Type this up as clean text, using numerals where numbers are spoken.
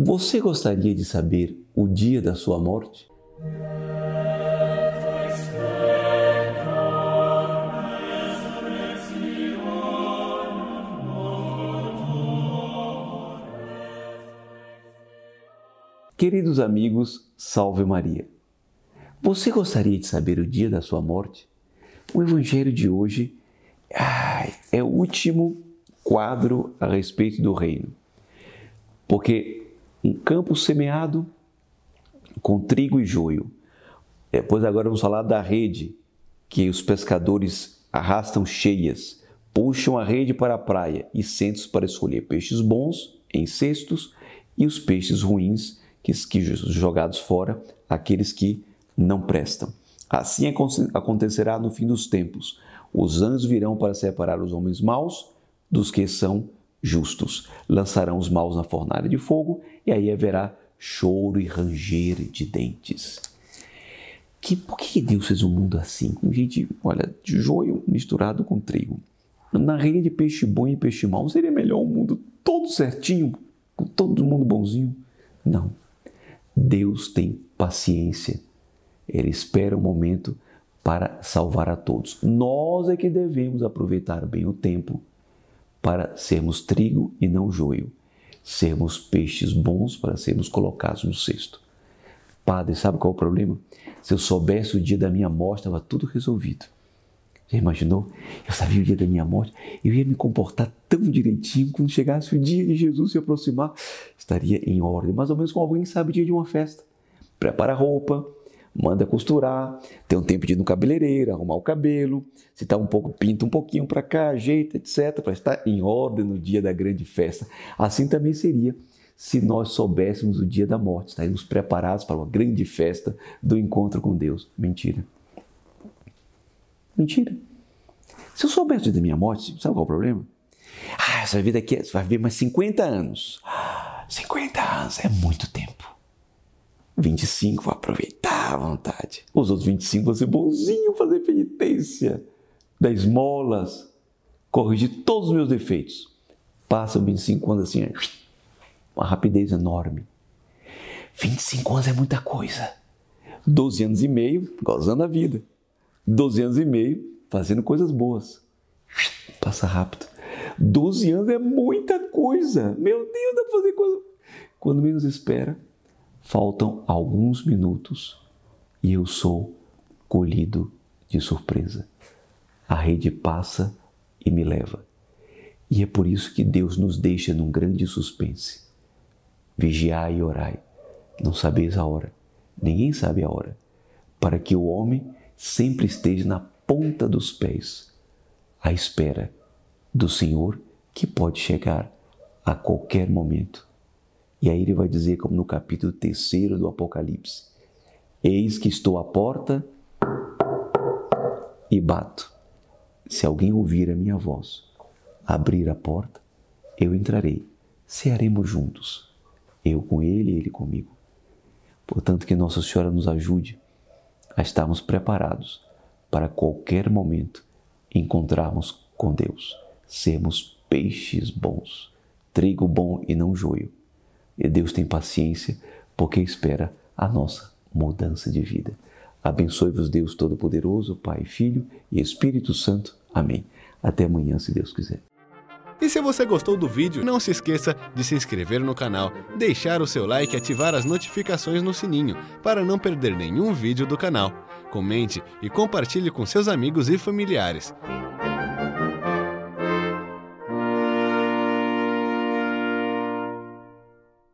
Você gostaria de saber o dia da sua morte? Queridos amigos, salve Maria! Você gostaria de saber o dia da sua morte? O Evangelho de hoje é o último quadro a respeito do reino. Porque um campo semeado com trigo e joio. Depois agora vamos falar da rede que os pescadores arrastam cheias, puxam a rede para a praia e sentam-se para escolher peixes bons em cestos e os peixes ruins que jogados fora, aqueles que não prestam. Assim acontecerá no fim dos tempos. Os anjos virão para separar os homens maus dos que são justos. Lançarão os maus na fornalha de fogo e aí haverá choro e ranger de dentes. Por que Deus fez o mundo assim? Com gente, de joio misturado com trigo. Na rede de peixe bom e peixe mau, seria melhor um mundo todo certinho, com todo mundo bonzinho? Não. Deus tem paciência. Ele espera um momento para salvar a todos. Nós é que devemos aproveitar bem o tempo para sermos trigo e não joio. Sermos peixes bons para sermos colocados no cesto. Padre, sabe qual é o problema? Se eu soubesse o dia da minha morte, estava tudo resolvido. Já imaginou? Eu sabia o dia da minha morte, eu ia me comportar tão direitinho, quando chegasse o dia de Jesus se aproximar, estaria em ordem, mais ou menos como alguém sabe o dia de uma festa. Prepara a roupa, manda costurar, tem um tempo de ir no cabeleireiro, arrumar o cabelo, se está pinta um pouquinho para cá, ajeita, etc, para estar em ordem no dia da grande festa. Assim também seria se nós soubéssemos o dia da morte, estaríamos preparados para uma grande festa do encontro com Deus. Mentira. Mentira. Se eu soubesse o dia da minha morte, sabe qual é o problema? Você vai ver daqui, você vai viver mais 50 anos. 50 anos é muito tempo. 25, vou aproveitar à vontade. Os outros 25, vou ser bonzinho, fazer penitência, dar esmolas, corrigir todos os meus defeitos. Passam 25 anos assim, uma rapidez enorme. 25 anos é muita coisa. 12 anos e meio, gozando a vida. 12 anos e meio, fazendo coisas boas. Passa rápido. 12 anos é muita coisa. Meu Deus, dá para fazer coisa. Quando menos espera, faltam alguns minutos e eu sou colhido de surpresa. A rede passa e me leva. E é por isso que Deus nos deixa num grande suspense. Vigiai e orai. Não sabeis a hora. Ninguém sabe a hora. Para que o homem sempre esteja na ponta dos pés, à espera do Senhor que pode chegar a qualquer momento. E aí ele vai dizer, como no capítulo 3 do Apocalipse: eis que estou à porta e bato. Se alguém ouvir a minha voz, abrir a porta, eu entrarei, cearemos juntos, eu com ele e ele comigo. Portanto, que Nossa Senhora nos ajude a estarmos preparados para qualquer momento encontrarmos com Deus, sermos peixes bons, trigo bom e não joio. E Deus tem paciência porque espera a nossa mudança de vida. Abençoe-vos Deus Todo-Poderoso, Pai, Filho e Espírito Santo. Amém. Até amanhã, se Deus quiser. E se você gostou do vídeo, não se esqueça de se inscrever no canal, deixar o seu like e ativar as notificações no sininho para não perder nenhum vídeo do canal. Comente e compartilhe com seus amigos e familiares.